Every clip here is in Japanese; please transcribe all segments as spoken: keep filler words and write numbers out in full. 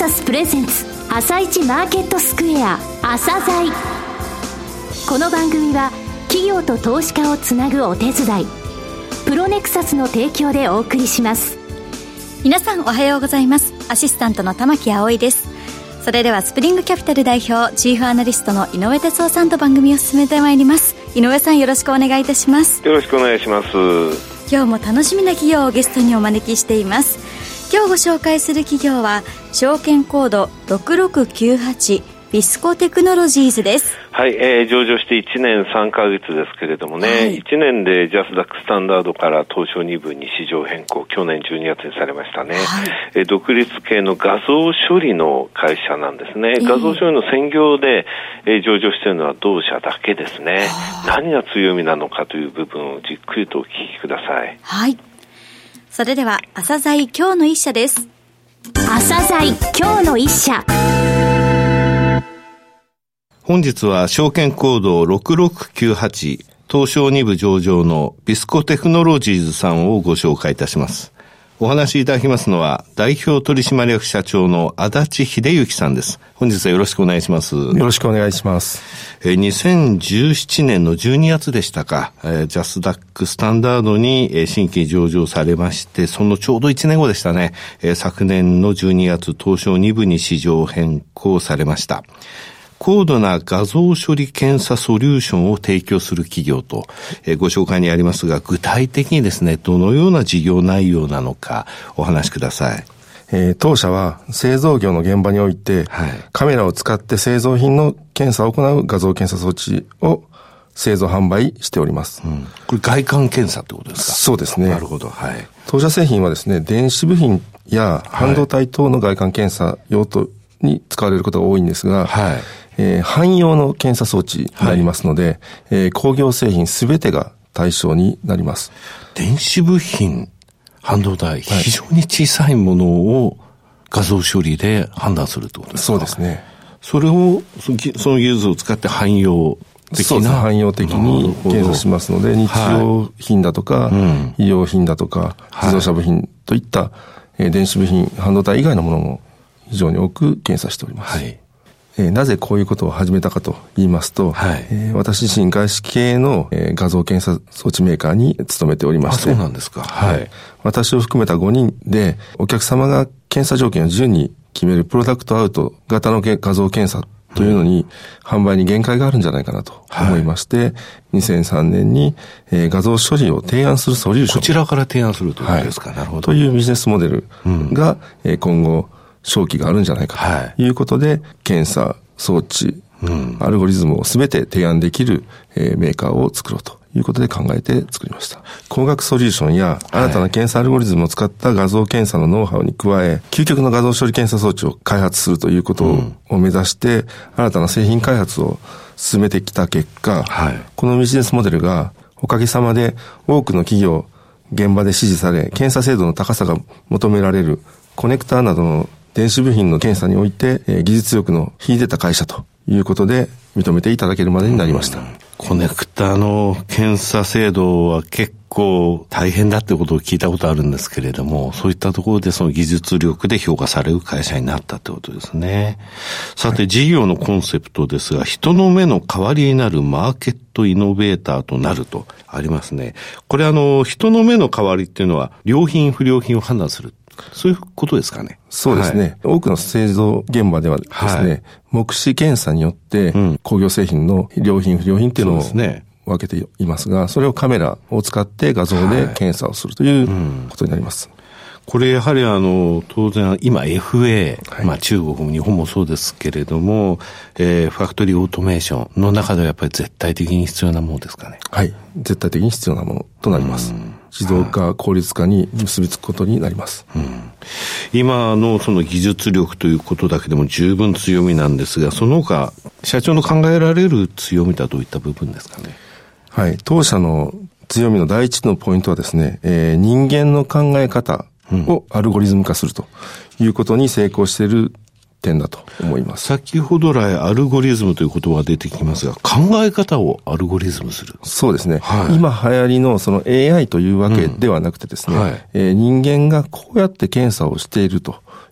サスプレゼンツ朝一マーケットスクエア朝鮮。この番組は企業と投資家をつなぐお手伝いプロネクサスの提供でお送りします。 皆さんおはようございます。アシスタントの玉木葵です。それではスプリングキャピタル代表チーフアナリストの井上哲夫さんと番組を進めてまいります。井上さん、よろしくお願いいたします。 よろしくお願いします。 今日も楽しみな企業をゲストにお招きしています。今日ご紹介する企業は証券コードろくろくきゅうはちビスコテクノロジーズです。 はい、えー、上場していちねんさんかげつですけれどもね、はい、いちねんでジャスダックスタンダードから東証に部に市場変更、去年じゅうにがつにされましたね、はい、えー、独立系の画像処理の会社なんですね、えー、画像処理の専業で、えー、上場しているのは同社だけですね。何が強みなのかという部分をじっくりとお聞きください。 はい、それでは朝鮮今日の一社です。 朝鮮今日の一社。 本日は証券コードろくろくきゅうはち東証に部上場のビスコテクノロジーズさんをご紹介いたします。お話しいただきますのは代表取締役社長の足立秀幸さんです。本日はよろしくお願いします。よろしくお願いします。 えにせんじゅうななねんのじゅうにがつでしたか、えー、ジャスダックスタンダードに、えー、新規上場されまして、そのちょうどいちねんごでしたね、えー、昨年のじゅうにがつ東証に部に市場変更されました。高度な画像処理検査ソリューションを提供する企業と、えー、ご紹介にありますが、具体的にですね、どのような事業内容なのかお話しください。 えー、当社は製造業の現場において、はい、カメラを使って製造品の検査を行う画像検査装置を製造販売しております。 うん、これ外観検査ってことですか？ そうですね。 なるほど。はい。 当社製品はですね、電子部品や半導体等の外観検査用途に使われることが多いんですが、はい、えー、汎用の検査装置になりますので、はい、えー、工業製品すべてが対象になります。 電子部品、半導体、はい、非常に小さいものを画像処理で判断するってことですか？ そうですね。 それを、その技術を使って汎用的な。 そうです。汎用的に検査しますので、日用品だとか、はい、うん、医療品だとか、自動車部品といった、えー、電子部品、半導体以外のものも非常に多く検査しております。はい。えー、なぜこういうことを始めたかと言いますと、はい、えー、私自身外資系の、えー、画像検査装置メーカーに勤めておりまして。 あ、そうなんですか。はい。 私を含めたごにんで、お客様が検査条件を自由に決めるプロダクトアウト型の画像検査というのに、うん、販売に限界があるんじゃないかなと思いまして、はい、にせんさんねんに、えー、画像処理を提案するソリューション。 こちらから提案するということですか？はい、なるほど。 というビジネスモデルが、うん、えー、今後、商機があるんじゃないかということで、はい、検査、装置、うん、アルゴリズムをすべて提案できる、えー、メーカーを作ろうということで考えて作りました。光学ソリューションや新たな検査アルゴリズムを使った画像検査のノウハウに加え、究極の画像処理検査装置を開発するということを目指して、新たな製品開発を進めてきた結果、はい、このビジネスモデルがおかげさまで多くの企業、現場で支持され、検査精度の高さが求められるコネクターなどの電子部品の検査において、えー、技術力の秀でた会社ということで認めていただけるまでになりました。 コネクタの検査精度は結構大変だってことを聞いたことあるんですけれども、そういったところでその技術力で評価される会社になったってことですね。さて、事業のコンセプトですが、人の目の代わりになるマーケットイノベーターとなるとありますね。これあの、人の目の代わりっていうのは良品不良品を判断する。そういうことですかね。 そうですね。はい、多くの製造現場ではですね、はい、目視検査によって、工業製品の良品不良品っていうのを分けていますが、それをカメラを使って画像で検査をするということになります。はい、うん、 これやはりあの、当然今 エフエー、はい、まあ中国も日本もそうですけれども、えー、ファクトリーオートメーションの中ではやっぱり絶対的に必要なものですかね。 はい。絶対的に必要なものとなります。うん、自動化、効率化に結びつくことになります。 うん、今のその技術力ということだけでも十分強みなんですが、その他、社長の考えられる強みとはどういった部分ですかね。 はい。当社の強みの第一のポイントはですね、えー、人間の考え方をアルゴリズム化するということに成功している点だと思います。 先ほど来アルゴリズムという言葉が出てきますが、考え方をアルゴリズムする。 そうですね。はい、今流行りのその エーアイ というわけではなくてですね、うん、はい、えー、人間がこうやって検査をしていると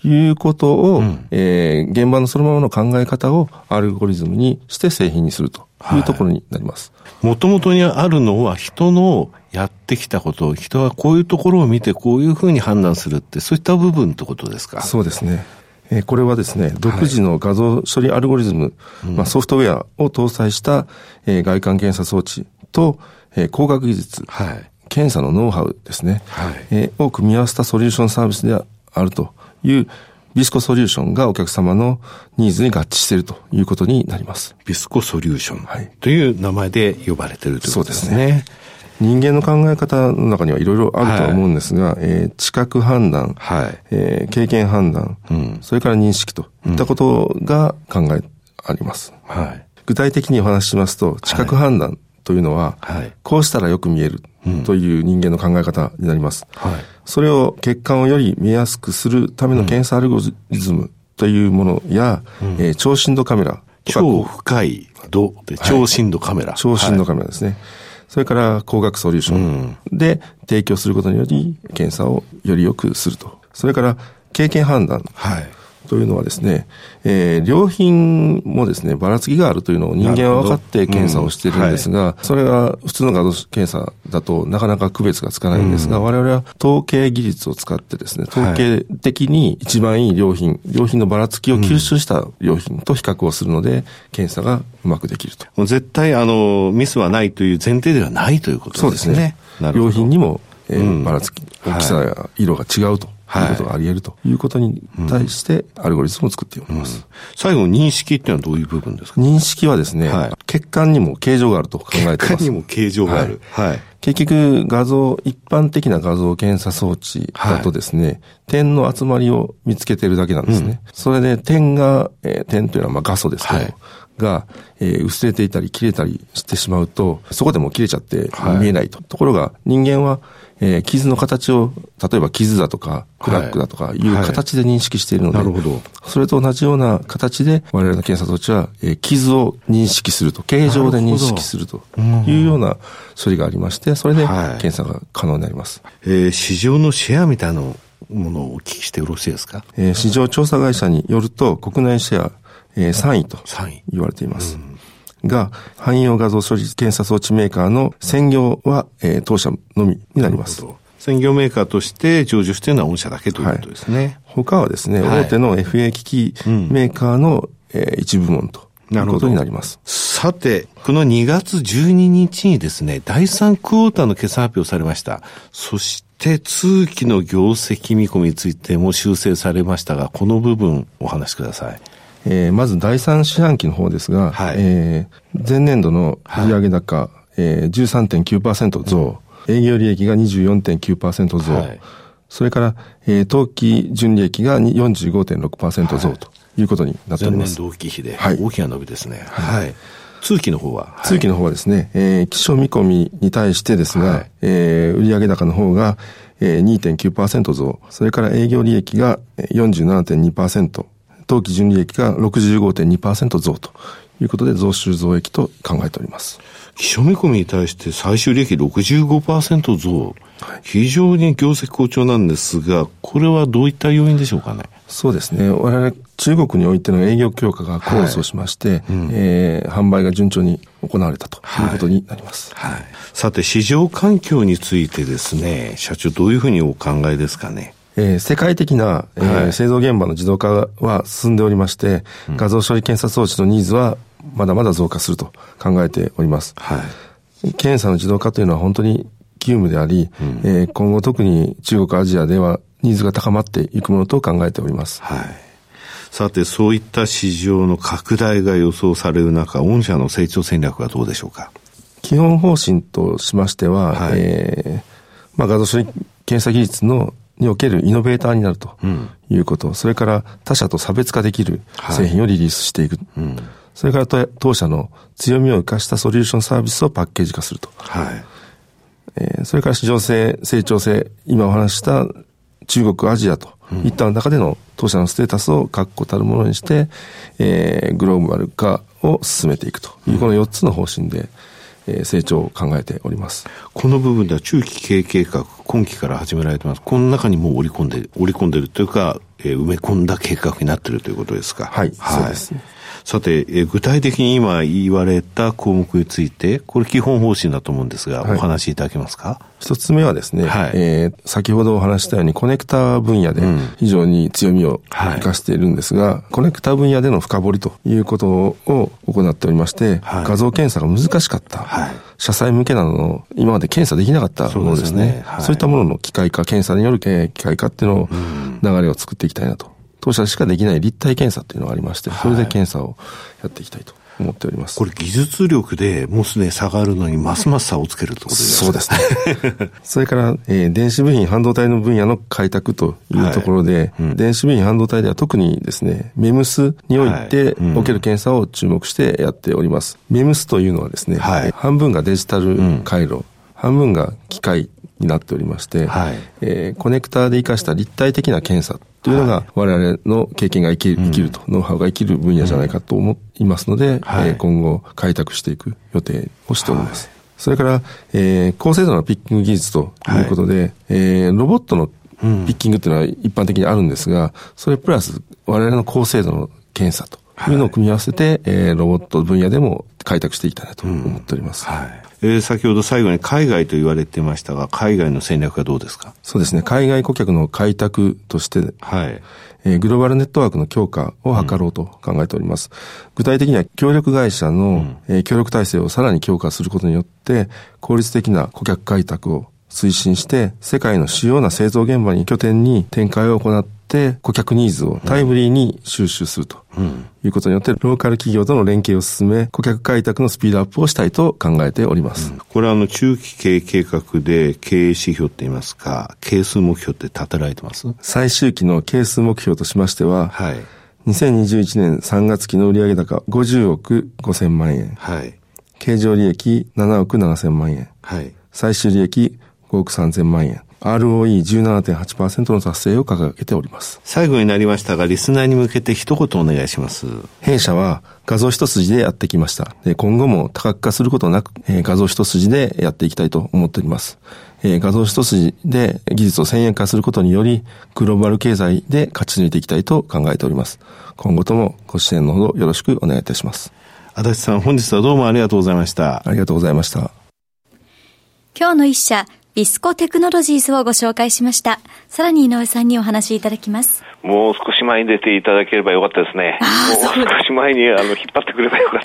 いうことを、 うん、 えー、現場のそのままの考え方をアルゴリズムにして製品にするというところになります。 もともとにあるのは人のやってきたこと、人はこういうところを見てこういうふうに判断するって、そういった部分ってことですか？ そうですね。えー、これはですね、独自の画像処理アルゴリズム、はい、まあ、ソフトウェアを搭載した、えー、外観検査装置と、えー、工学技術、 はい、 検査のノウハウですね、 はい、 えー、を組み合わせたソリューションサービスであるというビスコソリューションがお客様のニーズに合致しているということになります。 ビスコソリューションという名前で呼ばれているということですね。そうですね。 人間の考え方の中にはいろいろあるとは思うんですが、はい、えー、知覚判断、はい、えー、経験判断、うん、それから認識といったことが考えあります。はい、具体的にお話ししますと、知覚判断というのは、はい、こうしたらよく見えるという人間の考え方になります。はい、それを血管をより見やすくするための検査アルゴリズムというものや、うん、えー、超深度カメラ。 超深い度で超深度カメラ。はい、 超深度カメラですね。はい、それから光学ソリューションで提供することにより検査をより良くすると。それから経験判断。はい。というのはですね、えー、良品もですね、ばらつきがあるというのを人間は分かって検査をしているんですが、うん、はい、それが普通の画像検査だとなかなか区別がつかないんですが、うん、我々は統計技術を使ってですね、統計的に一番いい良品、良品のばらつきを吸収した良品と比較をするので、検査がうまくできると。 もう絶対あの、ミスはないという前提ではないということですね。そうですね。 なるほど。良品にも、えー、ばらつき、大きさや色が違うと。ということがあり得るということに対してアルゴリズムを作っております。うん、 最後、認識っていうのはどういう部分ですか？ 認識はですね、はい、血管にも形状があると考えています。 血管にも形状がある。はい。はい、 結局、画像、一般的な画像検査装置だとですね、はい、点の集まりを見つけているだけなんですね。うん、それで点が、えー、点というのはまあ画素ですけど、はい、が、えー、薄れていたり切れたりしてしまうと、そこでも切れちゃって見えないと。はい、ところが、人間は、えー、傷の形を、例えば傷だとか、クラックだとかいう形で認識しているので、はいはい、なるほど。それと同じような形で、我々の検査装置は、えー、傷を認識すると、形状で認識するというような処理がありまして、それで検査が可能になります。 はい、えー、市場のシェアみたいなものをお聞きしてよろしいですか？ えー、市場調査会社によると、国内シェア、えー、さんいと言われています。が、汎用画像処理検査装置メーカーの専業は、えー、当社のみになります。 専業メーカーとして上場しているのは御社だけということですね。はい、 他はですね、はい、大手の エフエー 機器メーカーの、うん、えー、一部門ということになります。 さて、このにがつじゅうににちにですね、だいさんクォーターの決算発表されました。そして通期の業績見込みについても修正されましたが、この部分お話しください。 えー、まずだいさん四半期の方ですが、はい、えー、前年度の売上高、はい、えー、じゅうさんてんきゅうパーセント 増、うん、営業利益が にじゅうよんてんきゅうパーセント 増、はい、それから、えー、当期純利益が よんじゅうごてんろくパーセント 増ということになっております。 前年同期比で大きな伸びですね。はい。はい、通期の方は、 はい、通期の方はですね、えー、期初見込みに対してですが、はい、えー、売上高の方が、えー、にてんきゅうパーセント 増、それから営業利益が よんじゅうななてんにパーセント、当期純利益が ろくじゅうごてんにパーセント 増ということで増収増益と考えております。 期初見込みに対して最終利益 ろくじゅうごパーセント 増、はい、非常に業績好調なんですが、これはどういった要因でしょうかね？ そうですね。我々中国においての営業強化が功を奏しまして、はい、うん、えー、販売が順調に行われたということになります。 はいはい、さて、市場環境についてですね、社長どういうふうにお考えですかね？ えー、世界的な、えーはい、製造現場の自動化は進んでおりまして、うん、画像処理検査装置のニーズはまだまだ増加すると考えております。はい、検査の自動化というのは本当に急務であり、うん、えー、今後特に中国、アジアではニーズが高まっていくものと考えております。 はい。さて、そういった市場の拡大が予想される中、御社の成長戦略はどうでしょうか？ 基本方針としましては、はい、えー、まあ、画像処理検査技術のにおけるイノベーターになるということ、うん、それから他社と差別化できる製品をリリースしていく、はい、うん、それから当社の強みを生かしたソリューションサービスをパッケージ化すると、はい、えー、それから市場性、成長性、今お話した中国、アジアといった中での当社のステータスを確固たるものにして、えー、グローバル化を進めていくというこのよっつの方針で、 えー、成長を考えております。 この部分では中期経営計画、今期から始められてます。この中にもう織り込んで、織り込んでるというか、えー、埋め込んだ計画になっているということですか。 はい、はい、そうですね。 さて、えー、具体的に今言われた項目について、これ基本方針だと思うんですが、はい、お話しいただけますか。 一つ目はですね、はい、えー、先ほどお話したようにコネクタ分野で非常に強みを生かしているんですが、はい、コネクタ分野での深掘りということを行っておりまして、はい、画像検査が難しかった、はい、車載向けなどの今まで検査できなかったものですね。そうですね、はい、そういったものの機械化、検査による、えー、機械化っていうのを、流れを作っていきたいなと。当社しかできない立体検査っていうのがありまして、それで検査をやっていきたいと思っております。 これ技術力でもうすでに差があるのにますます差をつけるってことですか。そうですね。それから、えー、電子部品半導体の分野の開拓というところで、はいうん、電子部品半導体では特にですね、メムスにおいておける検査を注目してやっております。はいうん、メムスというのはですね、はい、半分がデジタル回路、うん、半分が機械になっておりまして、はいえー、コネクターで活かした立体的な検査というのが我々の経験が生きる、生きると、うん、ノウハウが生きる分野じゃないかと思いますので、はいえー、今後開拓していく予定をしております。はい、それから、えー、高精度なピッキング技術ということで、はいえー、ロボットのピッキングというのは一般的にあるんですが、それプラス我々の高精度の検査というのを組み合わせて、はいえー、ロボット分野でも開拓していきたいなと思っております。うんはいえー、先ほど最後に海外と言われてましたが、海外の戦略はどうですか。 そうですね。海外顧客の開拓として、はいえー、グローバルネットワークの強化を図ろうと考えております。うん、具体的には協力会社の、うんえー、協力体制をさらに強化することによって、効率的な顧客開拓を推進して、世界の主要な製造現場に拠点に展開を行って、顧客ニーズをタイムリーに収集するということによって、ローカル企業との連携を進め、顧客開拓のスピードアップをしたいと考えております。うん、 これはあの中期経営計画で経営指標って言いますか、係数目標って立てられてます？ 最終期の係数目標としましては、はい、にせんにじゅういちねんさんがつ期の売上高ごじゅうおくごせんまんえん、はい、経常利益ななおくななせんまんえん、はい、最終利益ごおくさんぜんまんえん、アールオーイーじゅうななてんはちパーセント の達成を掲げております。 最後になりましたが、リスナーに向けて一言お願いします。 弊社は画像一筋でやってきました。で今後も多角化することなく、えー、画像一筋でやっていきたいと思っております。えー、画像一筋で技術を先鋭化することにより、グローバル経済で勝ち抜いていきたいと考えております。今後ともご支援のほどよろしくお願いいたします。 足立さん、本日はどうもありがとうございました。 ありがとうございました。 今日の一社、ビスコテクノロジーズをご紹介しました。さらに井上さんにお話しいただきます。 もう少し前に出ていただければよかったですね。もう少し前にあの引っ張ってくればよかった。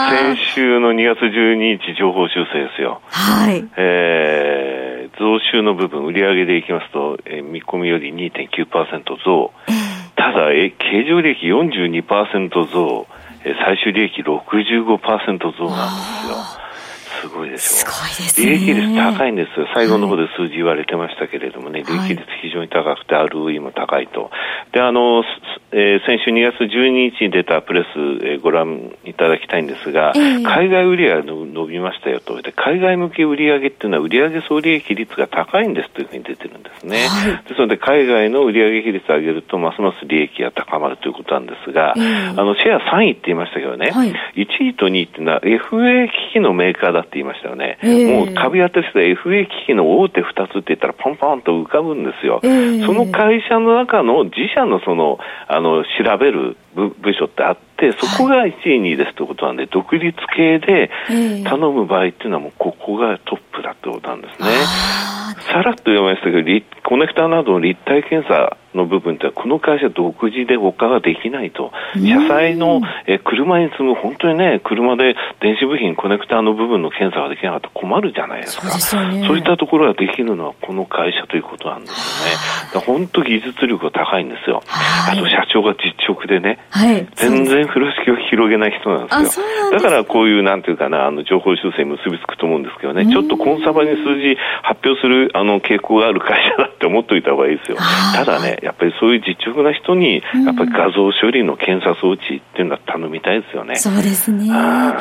先週のにがつじゅうににち情報修正ですよ。はい。えー、増収の部分、売上でいきますと、えー、見込みより にてんきゅうパーセント 増。ただ、え経常利益 よんじゅうにパーセント 増、えー、最終利益 ろくじゅうごパーセント 増なんですよ。すごいでしょう。 すごいですね。 利益率高いんですよ。最後の方で数字言われてましたけれどもね、はい、利益率非常に高くて アールオーイー も高いと。で、あの、えー、先週にがつじゅうににちに出たプレス、えー、ご覧いただきたいんですが、えー、海外売上の伸びましたよと。で、海外向け売上っていうのは売上総利益率が高いんですというふうに出てるんですね。はい、ですので、海外の売上比率を上げると、ますます利益が高まるということなんですが、えー、あの、シェアさんいって言いましたけどね、はい、いちいとにいっていうのは エフエー 機器のメーカーだって言いましたよね。えー、もう旅当たりして エフエー 機器の大手ふたつって言ったらポンポンと浮かぶんですよ。えー、その会社の中の自社のその、あの、調べる 部, 部署ってあって、そこがいちいにいですということなんで、はい、独立系で頼む場合っていうのはもうここがトップだってことなんですね。さらっと言いましたけど、コネクターなどの立体検査の部分ってこの会社独自で他ができないと。車載のえ車に積む本当にね、車で電子部品コネクターの部分の検査ができなかったら困るじゃないですか。 そうですよね。そういったところができるのはこの会社ということなんですよね。本当技術力が高いんですよ。あと社長が実直でね、はい、全然風呂敷を広げない人なんですよ。だからこういうなんていうかな、あの情報修正に結びつくと思うんですけどね、ちょっとコンサバに数字発表するあの傾向がある会社だって思っておいた方がいいですよ。ただね、やっぱりそういう実直な人にやっぱり画像処理の検査装置っていうのは頼みたいですよね。 そうですね。 はい、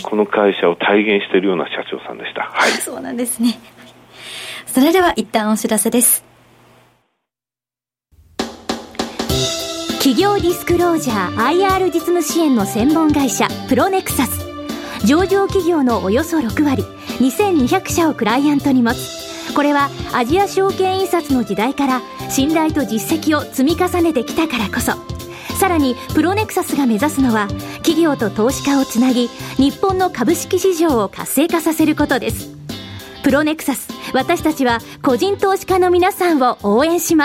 この会社を体現しているような社長さんでした。はい。 そうなんですね。それでは一旦お知らせです。 企業ディスクロージャー アイアール 実務支援の専門会社プロネクサス。 上場企業のおよそろくわり、にせんにひゃくしゃをクライアントに持つ。これはアジア証券印刷の時代から信頼と実績を積み重ねてきたからこそ。さらにプロネクサスが目指すのは、企業と投資家をつなぎ、日本の株式市場を活性化させることです。プロネクサス、私たちは個人投資家の皆さんを応援します。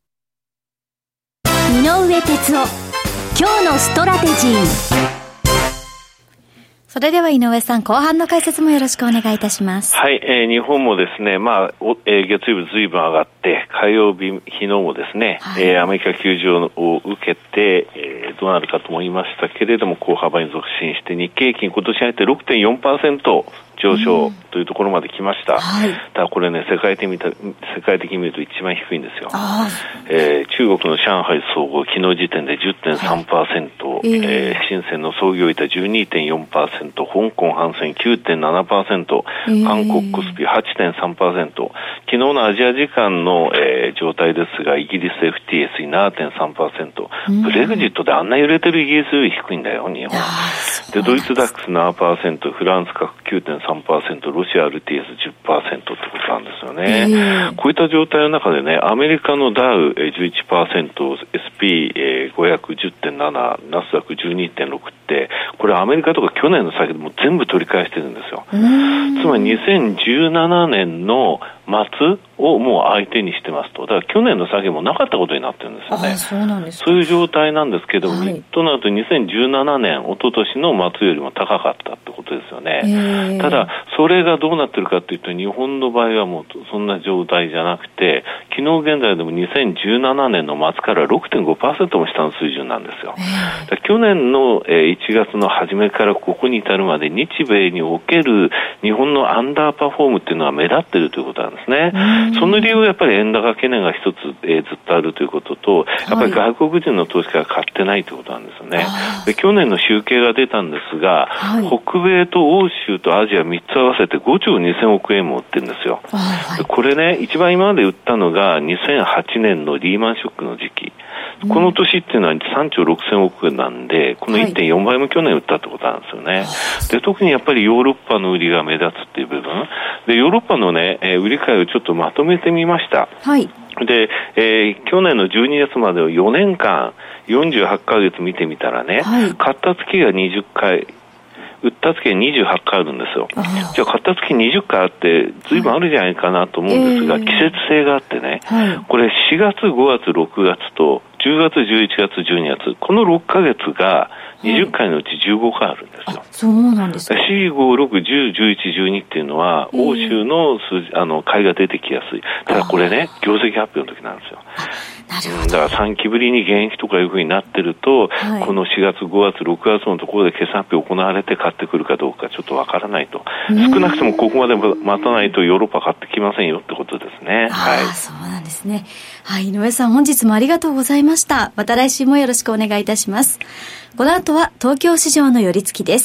井上哲夫、今日のストラテジー。 それでは井上さん、後半の解説もよろしくお願いいたします。 はい、えー、日本もですね、まあ、おえー、月曜日ずいぶん上がって、火曜日、昨日もですね、はい、えー、アメリカ休場を受けて、えー、どうなるかと思いましたけれども、小幅に続伸して、日経平均今年入って ろくてんよんパーセント 上昇というところまで来ました。うん、はい、ただこれね、世界的に見た、世界的に見ると一番低いんですよ。えー、中国の上海総合、昨日時点で じゅってんさんパーセント、はい、えーえー、深センの創業板 じゅうにてんよんパーセント、香港ハンセン きゅうてんななパーセント、韓国コスピ はちてんさんパーセント、昨日のアジア時間の、えー、状態ですが、イギリス エフティーエス ななてんさんパーセント、ブレグジットであんな揺れてるイギリスより低いんだよ、日本。で、ドイツダックス ななパーセント、フランス角 きゅうてんさんパーセント、ロシア アールティーエスじゅっパーセント ってことなんですよね。えー、こういった状態の中でね、アメリカのダウ じゅういちパーセント、エスピーごひゃく じゅってんなな、ナスダック じゅうにてんろく って、これアメリカとか去年の先でも全部取り返してるんですよ。つまりにせんじゅうななねんの末をもう相手にしてますと。だから去年の下げもなかったことになってるんですよね。 あ、そうなんですか。 そういう状態なんですけども、はい、となるとにせんじゅうななねん、一昨年の末よりも高かったってことですよね。ただ、それがどうなってるかというと、日本の場合はもうそんな状態じゃなくて、昨日現在でもにせんじゅうななねんの末から ろくてんごパーセント も下の水準なんですよ。だ去年のいちがつの初めからここに至るまで、日米における日本のアンダーパフォームっていうのは目立っているということなんですね。その理由はやっぱり円高懸念が一つ、えー、ずっとあるということと、やっぱり外国人の投資家が買ってないということなんですよね。で、去年の集計が出たんですが、はい、北米と欧州とアジアみっつ合わせてごちょうにせんおくえんも売ってるんですよ。はい、でこれね、一番今まで売ったのがにせんはちねんのリーマンショックの時期。この年っていうのはさんちょうろくせんおくえんなんで、この いってんよんばいも去年売ったってことなんですよね。はい、で、特にやっぱりヨーロッパの売りが目立つっていう部分。で、ヨーロッパのね、えー、売り買いをちょっとまとめてみました。はい。で、えー、去年のじゅうにがつまでをよねんかん、よんじゅうはちかげつ見てみたらね、はい、買った月がにじゅっかい、売った月がにじゅうはちかいあるんですよ。じゃあ買った月にじゅっかいあって随分あるじゃないかなと思うんですが、はい、季節性があってね、はい、これしがつ、ごがつ、ろくがつとじゅうがつ、じゅういちがつ、じゅうにがつ、このろっかげつがにじゅっかいのうちじゅうごかいあるんですよ。 あ、そうなんですか。 よん、ご、ろく、じゅう、じゅういち、じゅうにっていうのは、欧州の数字、あの、買いが出てきやすい。ただこれね、業績発表の時なんですよ。 なるほど。 だからさんきぶりに減益とかいうふうになってると、はい、このしがつ、ごがつ、ろくがつのところで決算発表行われて買ってくるかどうかちょっとわからないと。少なくともここまで待たないとヨーロッパ買ってきませんよってことですね。 あ、はい。そうなんですね。はい、井上さん本日もありがとうございました。また来週もよろしくお願いいたします。この後は東京市場の寄り付きです。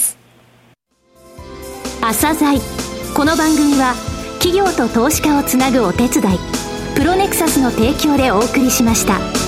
朝鮮。この番組は企業と投資家をつなぐお手伝い、プロネクサスの提供でお送りしました。